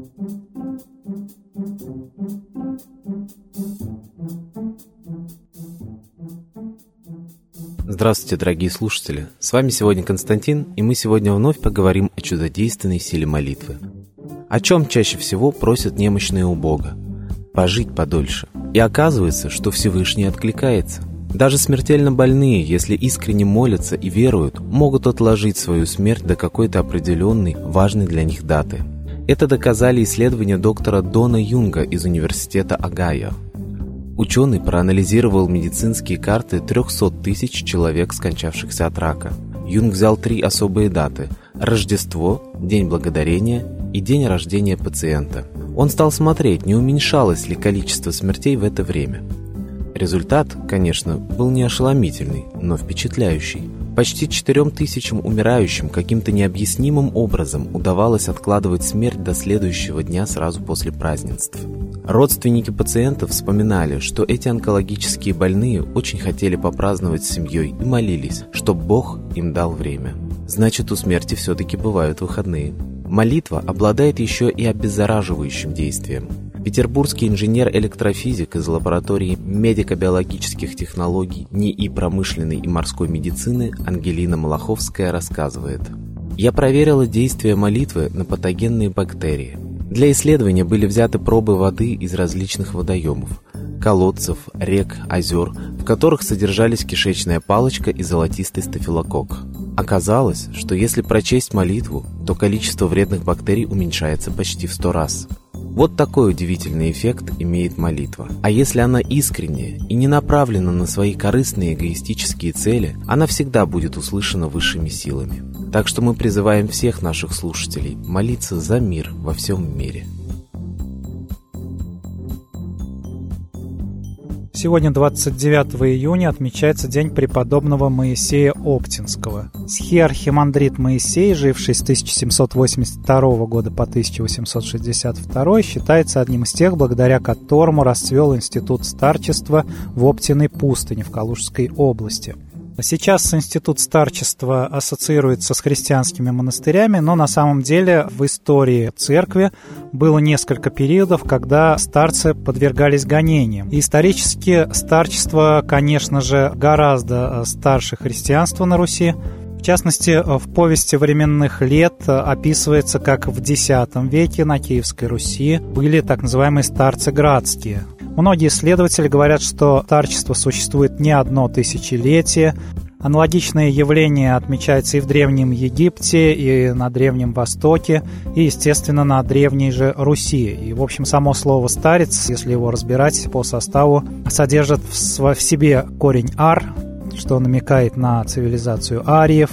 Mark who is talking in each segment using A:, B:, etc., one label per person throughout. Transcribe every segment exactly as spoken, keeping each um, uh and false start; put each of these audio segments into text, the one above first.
A: Здравствуйте, дорогие слушатели! С вами сегодня Константин, и мы сегодня вновь поговорим о чудодейственной силе молитвы. О чем чаще всего просят немощные у Бога? Пожить подольше. И оказывается, что Всевышний откликается. Даже смертельно больные, если искренне молятся и веруют, могут отложить свою смерть до какой-то определенной, важной для них даты. Это доказали исследования доктора Дона Юнга из университета Огайо. Ученый проанализировал медицинские карты трехсот тысяч человек, скончавшихся от рака. Юнг взял три особые даты – Рождество, День Благодарения и день рождения пациента. Он стал смотреть, не уменьшалось ли количество смертей в это время. Результат, конечно, был не ошеломительный, но впечатляющий. Почти четырем тысячам умирающим каким-то необъяснимым образом удавалось откладывать смерть до следующего дня сразу после празднеств. Родственники пациентов вспоминали, что эти онкологические больные очень хотели попраздновать с семьей и молились, чтобы Бог им дал время. Значит, у смерти все-таки бывают выходные. Молитва обладает еще и обеззараживающим действием. Петербургский инженер-электрофизик из лаборатории медико-биологических технологий НИИ промышленной и морской медицины Ангелина Малаховская рассказывает: «Я проверила действие молитвы на патогенные бактерии. Для исследования были взяты пробы воды из различных водоемов, колодцев, рек, озер, в которых содержались кишечная палочка и золотистый стафилококк. Оказалось, что если прочесть молитву, то количество вредных бактерий уменьшается почти в сто раз. Вот такой удивительный эффект имеет молитва. А если она искренняя и не направлена на свои корыстные эгоистические цели, она всегда будет услышана высшими силами. Так что мы призываем всех наших слушателей молиться за мир во всем мире».
B: Сегодня, двадцать девятого июня, отмечается День преподобного Моисея Оптинского. Схиархимандрит Моисей, живший с тысяча семьсот восемьдесят второго года по тысяча восемьсот шестьдесят второй, считается одним из тех, благодаря которому расцвел институт старчества в Оптиной пустыне в Калужской области. Сейчас институт старчества ассоциируется с христианскими монастырями, но на самом деле в истории церкви было несколько периодов, когда старцы подвергались гонениям. И исторически старчество, конечно же, гораздо старше христианства на Руси. В частности, в повести временных лет описывается, как в десятом веке на Киевской Руси были так называемые старцы градские. Многие исследователи говорят, что старчество существует не одно тысячелетие. Аналогичное явление отмечается и в Древнем Египте, и на Древнем Востоке, и, естественно, на Древней же Руси. И, в общем, само слово «старец», если его разбирать по составу, содержит в себе корень «ар», что намекает на цивилизацию ариев.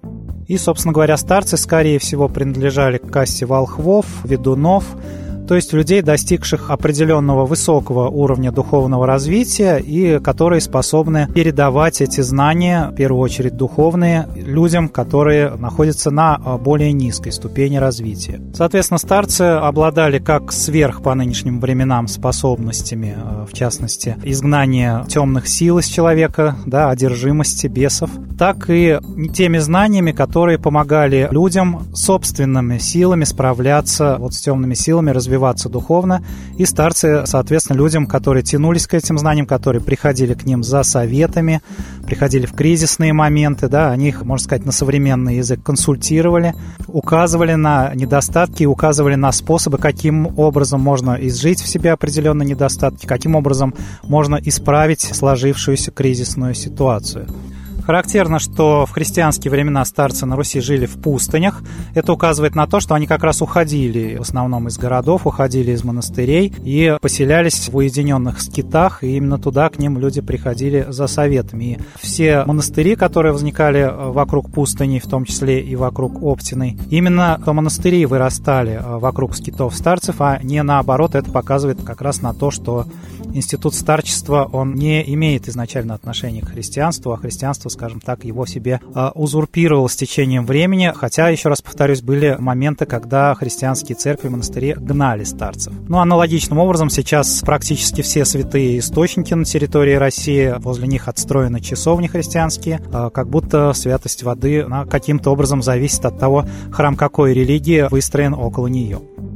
B: И, собственно говоря, старцы, скорее всего, принадлежали к касте волхвов, ведунов, то есть людей, достигших определенного высокого уровня духовного развития и которые способны передавать эти знания, в первую очередь духовные, людям, которые находятся на более низкой ступени развития. Соответственно, старцы обладали как сверх по нынешним временам способностями, в частности, изгнания темных сил из человека, да, одержимости бесов, так и теми знаниями, которые помогали людям собственными силами справляться вот с темными силами, развиваться духовно, и старцы, соответственно, людям, которые тянулись к этим знаниям, которые приходили к ним за советами, приходили в кризисные моменты, да, они их, можно сказать, на современный язык консультировали, указывали на недостатки и указывали на способы, каким образом можно изжить в себе определенные недостатки, каким образом можно исправить сложившуюся кризисную ситуацию. Характерно, что в христианские времена старцы на Руси жили в пустынях. Это указывает на то, что они как раз уходили в основном из городов, уходили из монастырей и поселялись в уединенных скитах, и именно туда к ним люди приходили за советами. И все монастыри, которые возникали вокруг пустыни, в том числе и вокруг Оптиной, именно монастыри вырастали вокруг скитов старцев, а не наоборот. Это показывает как раз на то, что институт старчества, он не имеет изначально отношения к христианству, а христианство, скажем так, его себе э, узурпировало с течением времени, хотя, еще раз повторюсь, были моменты, когда христианские церкви и монастыри гнали старцев. Ну, аналогичным образом сейчас практически все святые источники на территории России, возле них отстроены часовни христианские, э, как будто святость воды она каким-то образом зависит от того, храм какой религии выстроен около нее.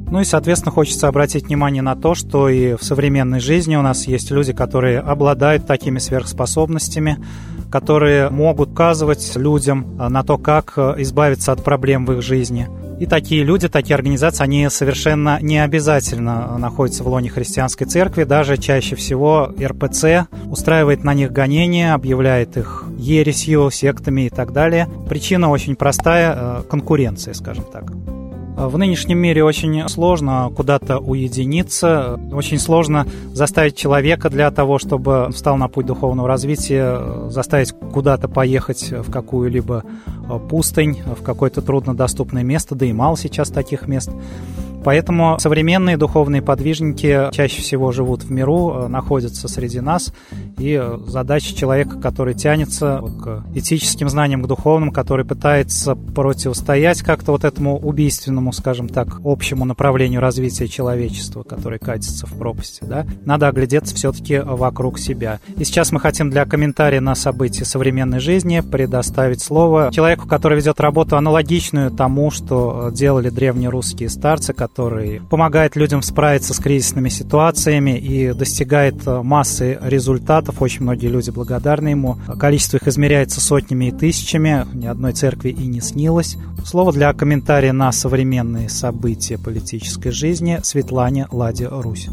B: Ну и, соответственно, хочется обратить внимание на то, что и в современной жизни у нас есть люди, которые обладают такими сверхспособностями, которые могут указывать людям на то, как избавиться от проблем в их жизни. И такие люди, такие организации, они совершенно не обязательно находятся в лоне христианской церкви. Даже чаще всего эр пэ цэ устраивает на них гонения, объявляет их ересью, сектами и так далее. Причина очень простая – конкуренция, скажем так. В нынешнем мире очень сложно куда-то уединиться, очень сложно заставить человека для того, чтобы встал на путь духовного развития, заставить куда-то поехать в какую-либо пустынь, в какое-то труднодоступное место, да и мало сейчас таких мест. Поэтому современные духовные подвижники чаще всего живут в миру, находятся среди нас, и задача человека, который тянется к этическим знаниям, к духовным, который пытается противостоять как-то вот этому убийственному, скажем так, общему направлению развития человечества, который катится в пропасти, да, надо оглядеться все-таки вокруг себя. И сейчас мы хотим для комментария на события современной жизни предоставить слово человеку, который ведет работу аналогичную тому, что делали древнерусские старцы, которые который помогает людям справиться с кризисными ситуациями и достигает массы результатов. Очень многие люди благодарны ему. Количество их измеряется сотнями и тысячами. Ни одной церкви и не снилось. Слово для комментария на современные события политической жизни Светлане Ладе Русь.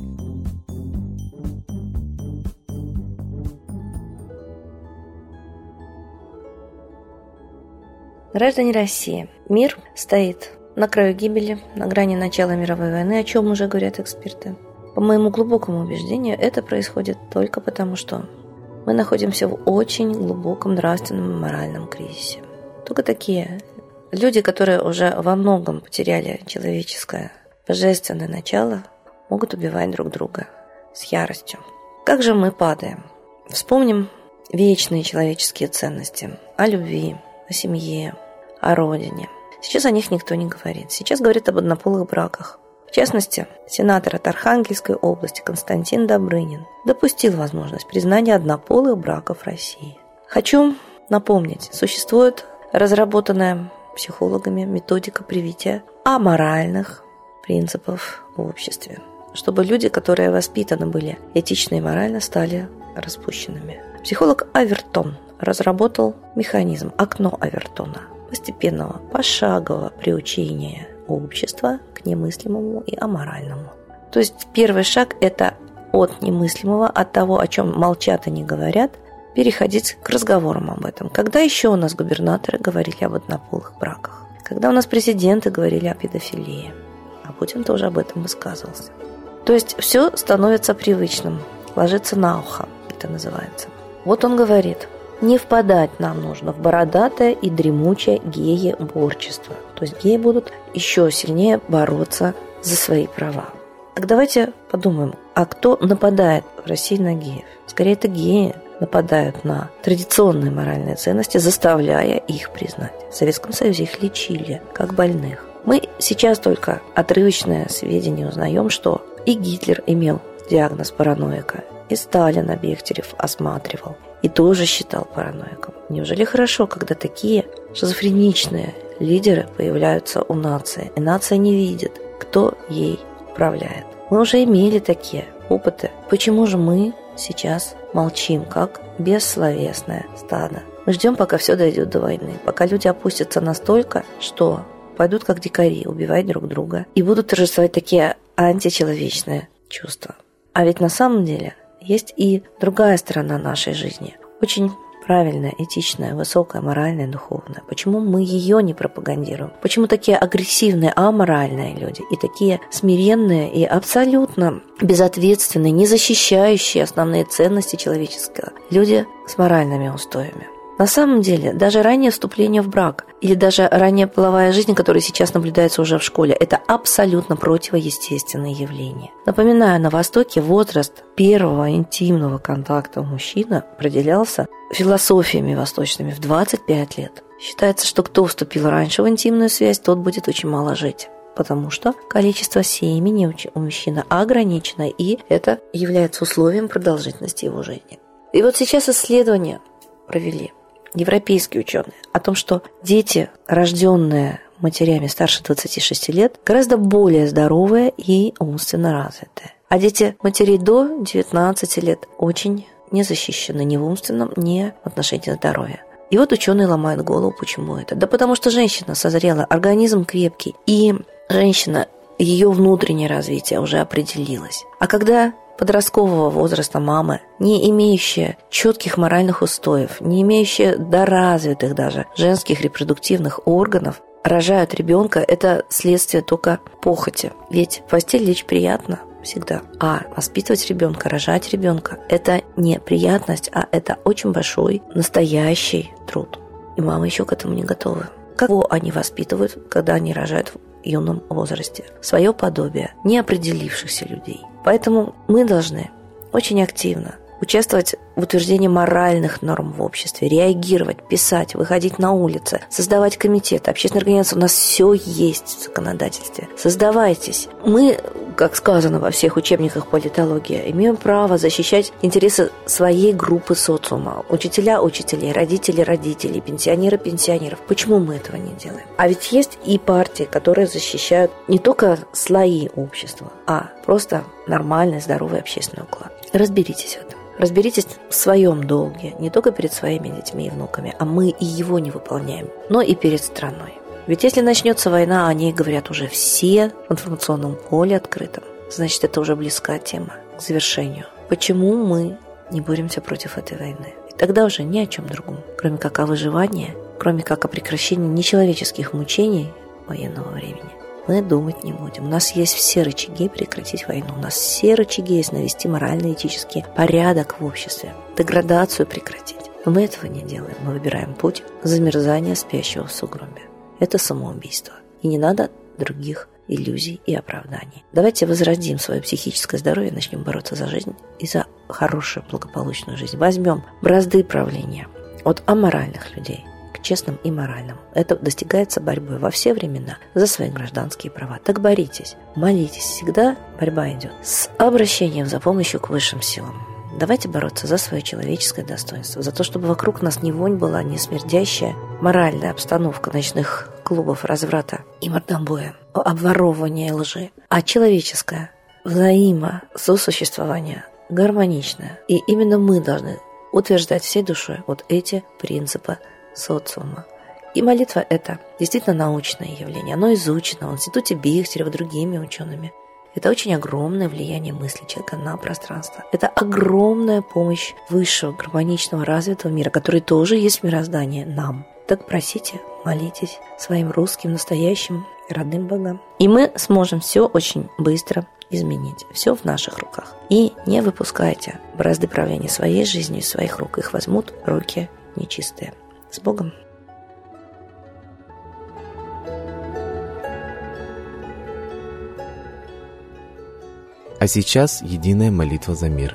C: Граждане России, мир стоит на краю гибели, на грани начала мировой войны, о чем уже говорят эксперты. По моему глубокому убеждению, это происходит только потому, что мы находимся в очень глубоком нравственном и моральном кризисе. Только такие люди, которые уже во многом потеряли человеческое, божественное начало, могут убивать друг друга с яростью. Как же мы падаем? Вспомним вечные человеческие ценности о любви, о семье, о родине. Сейчас о них никто не говорит. Сейчас говорят об однополых браках. В частности, сенатор от Архангельской области Константин Добрынин допустил возможность признания однополых браков в России. Хочу напомнить, существует разработанная психологами методика привития аморальных принципов в обществе, чтобы люди, которые воспитаны были этично и морально, стали распущенными. Психолог Авертон разработал механизм «Окно Авертона» постепенного, пошагового приучения общества к немыслимому и аморальному. То есть первый шаг – это от немыслимого, от того, о чем молчат и не говорят, переходить к разговорам об этом. Когда еще у нас губернаторы говорили об однополых браках? Когда у нас президенты говорили о педофилии? А Путин тоже об этом высказывался. То есть все становится привычным, ложится на ухо, это называется. Вот он говорит: не впадать нам нужно в бородатое и дремучее гееборчество. То есть геи будут еще сильнее бороться за свои права. Так давайте подумаем, а кто нападает в России на геев? Скорее, это геи нападают на традиционные моральные ценности, заставляя их признать. В Советском Союзе их лечили как больных. Мы сейчас только отрывочное сведения узнаем, что и Гитлер имел диагноз параноика, и Сталина Бехтерев осматривал, и тоже считал параноиком. Неужели хорошо, когда такие шизофреничные лидеры появляются у нации, и нация не видит, кто ей управляет? Мы уже имели такие опыты. Почему же мы сейчас молчим, как бессловесное стадо? Мы ждем, пока все дойдет до войны, пока люди опустятся настолько, что пойдут как дикари убивать друг друга и будут торжествовать такие античеловечные чувства. А ведь на самом деле есть и другая сторона нашей жизни, очень правильная, этичная, высокая, моральная, духовная. Почему мы ее не пропагандируем? Почему такие агрессивные, аморальные люди и такие смиренные и абсолютно безответственные, не защищающие основные ценности человеческого люди с моральными устоями? На самом деле, даже раннее вступление в брак или даже ранняя половая жизнь, которая сейчас наблюдается уже в школе, это абсолютно противоестественное явление. Напоминаю, на Востоке возраст первого интимного контакта мужчины определялся философиями восточными в двадцать пять лет. Считается, что кто вступил раньше в интимную связь, тот будет очень мало жить, потому что количество семени у мужчины ограничено, и это является условием продолжительности его жизни. И вот сейчас исследования провели европейские ученые о том, что дети, рожденные матерями старше двадцати шести лет гораздо более здоровые и умственно развитые. А дети матерей до девятнадцати лет очень не защищены ни в умственном, ни в отношении здоровья. И вот ученые ломают голову, почему это. Да потому что женщина созрела, организм крепкий, и женщина, ее внутреннее развитие уже определилось. А когда подросткового возраста мамы, не имеющая четких моральных устоев, не имеющая доразвитых даже женских репродуктивных органов, рожают ребенка, это следствие только похоти. Ведь в постель лечь приятно всегда. А воспитывать ребенка, рожать ребенка – это не приятность, а это очень большой, настоящий труд. И мамы еще к этому не готовы. Кого они воспитывают, когда они рожают в юном возрасте? Свое подобие неопределившихся людей. Поэтому мы должны очень активно участвовать в утверждении моральных норм в обществе, реагировать, писать, выходить на улицы, создавать комитеты, общественные организации. У нас все есть в законодательстве. Создавайтесь. Мы, как сказано во всех учебниках политологии, имеем право защищать интересы своей группы социума. Учителя – учителей, родители – родителей, пенсионеры – пенсионеров. Почему мы этого не делаем? А ведь есть и партии, которые защищают не только слои общества, а просто нормальный, здоровый общественный уклад. Разберитесь в этом. Разберитесь в своем долге, не только перед своими детьми и внуками, а мы и его не выполняем, но и перед страной. Ведь если начнется война, о ней говорят уже все в информационном поле открытом, значит, это уже близка тема к завершению. Почему мы не боремся против этой войны? И тогда уже ни о чем другом, кроме как о выживании, кроме как о прекращении нечеловеческих мучений военного времени, мы думать не будем. У нас есть все рычаги прекратить войну. У нас все рычаги есть навести морально-этический порядок в обществе, деградацию прекратить. Но мы этого не делаем. Мы выбираем путь замерзания спящего в сугробе. Это самоубийство. И не надо других иллюзий и оправданий. Давайте возродим свое психическое здоровье и начнем бороться за жизнь и за хорошую, благополучную жизнь. Возьмем бразды правления от аморальных людей к честным и моральным. Это достигается борьбой во все времена за свои гражданские права. Так боритесь, молитесь. Всегда борьба идет с обращением за помощью к высшим силам. Давайте бороться за свое человеческое достоинство, за то, чтобы вокруг нас не вонь была, не смердящая моральная обстановка ночных клубов разврата и мордобоя, обворовывания и лжи, а человеческое взаимососуществование гармоничное. И именно мы должны утверждать всей душой вот эти принципы социума. И молитва – это действительно научное явление. Оно изучено в Институте Бихтерева другими учеными. Это очень огромное влияние мысли человека на пространство. Это огромная помощь высшего, гармоничного, развитого мира, который тоже есть в мироздании нам. Так просите, молитесь своим русским, настоящим, родным богам. И мы сможем все очень быстро изменить. Все в наших руках. И не выпускайте бразды правления своей жизнью из своих рук. Их возьмут руки нечистые. С Богом!
A: А сейчас единая молитва за мир.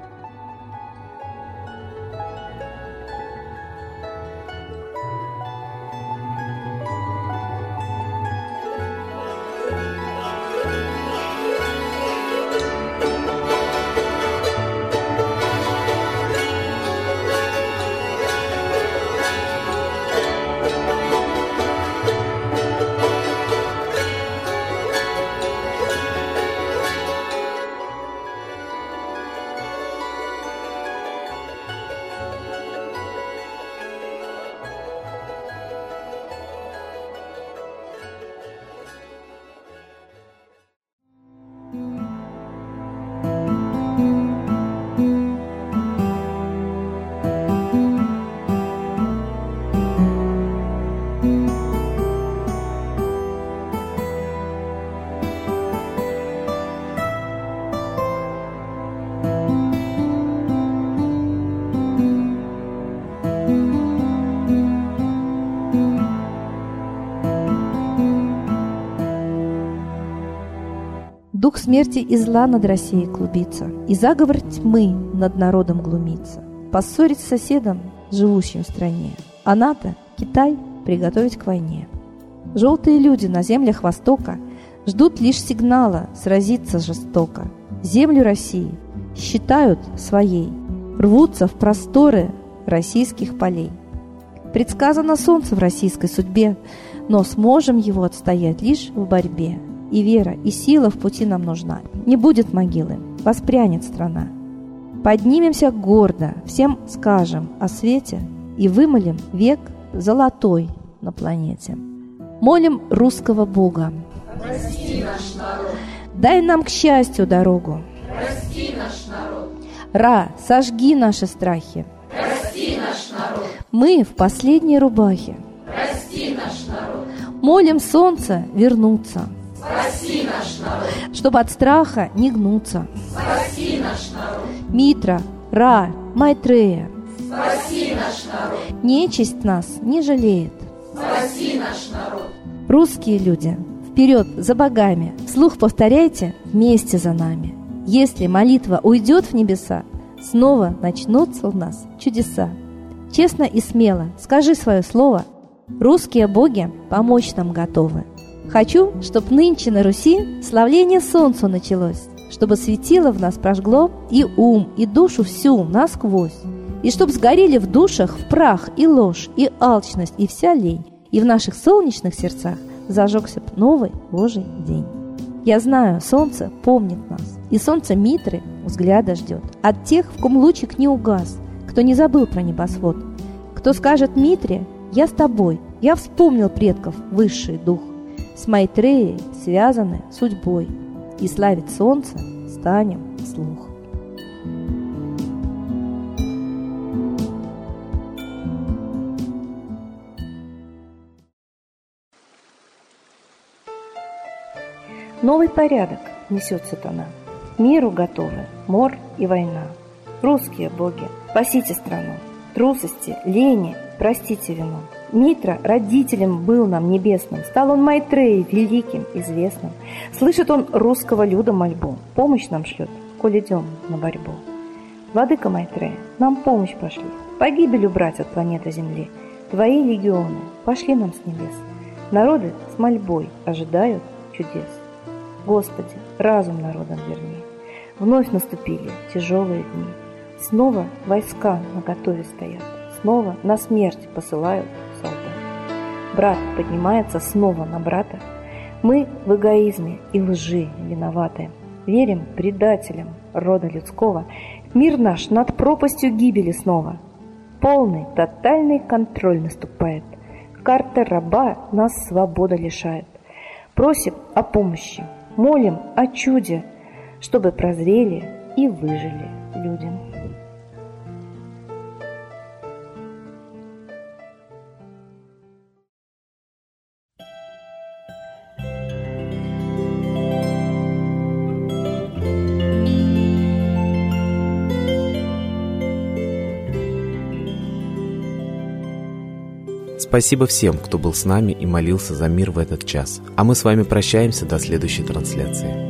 D: Дух смерти и зла над Россией клубится, и заговор тьмы над народом глумится. Поссорить с соседом, живущим в стране, а НАТО, Китай, приготовить к войне. Желтые люди на землях Востока ждут лишь сигнала сразиться жестоко. Землю России считают своей, рвутся в просторы российских полей. Предсказано солнце в российской судьбе, но сможем его отстоять лишь в борьбе. И вера, и сила в пути нам нужна. Не будет могилы, воспрянет страна. Поднимемся гордо, всем скажем о свете и вымолим век золотой на планете. Молим русского Бога.
E: Прости наш народ.
D: Дай нам к счастью дорогу.
E: Прости наш народ.
D: Ра, сожги наши страхи.
E: Прости наш народ.
D: Мы в последней рубахе.
E: Прости наш народ.
D: Молим солнце вернуться,
E: Спаси наш народ.
D: чтобы от страха не гнуться.
E: Спаси наш народ.
D: Митра, Ра, Майтрея,
E: Спаси наш народ.
D: нечисть нас не жалеет.
E: Спаси наш народ.
D: Русские люди, вперед за богами, вслух повторяйте вместе за нами. Если молитва уйдет в небеса, снова начнутся у нас чудеса. Честно и смело скажи свое слово. Русские боги помочь нам готовы. Хочу, чтоб нынче на Руси славление солнцу началось, чтобы светило в нас прожгло и ум, и душу всю насквозь, и чтоб сгорели в душах в прах и ложь, и алчность, и вся лень, и в наших солнечных сердцах зажегся б новый Божий день. Я знаю, солнце помнит нас, и солнце Митры взгляда ждет от тех, в ком лучик не угас, кто не забыл про небосвод, кто скажет Митре: «Я с тобой, я вспомнил предков высший дух». С Майтреей связаны судьбой, и славить солнце станем вслух.
C: Новый порядок несет сатана. Миру готовы мор и война. Русские боги, спасите страну. Трусости, лени, простите вину. Митра родителем был нам небесным, стал он Майтреей великим, известным. Слышит он русского люда мольбу, помощь нам шлет, коль идем на борьбу. Владыка Майтрея, нам помощь пошли, погибель убрать от планеты Земли. Твои легионы пошли нам с небес. Народы с мольбой ожидают чудес. Господи, разум народам верни. Вновь наступили тяжелые дни. Снова войска наготове стоят, снова на смерть посылают солдат. Брат поднимается снова на брата. Мы в эгоизме и лжи виноваты. Верим предателям рода людского. Мир наш над пропастью гибели снова. Полный, тотальный контроль наступает. Карта раба нас свобода лишает. Просим о помощи, молим о чуде, чтобы прозрели и выжили люди.
A: Спасибо всем, кто был с нами и молился за мир в этот час. А мы с вами прощаемся до следующей трансляции.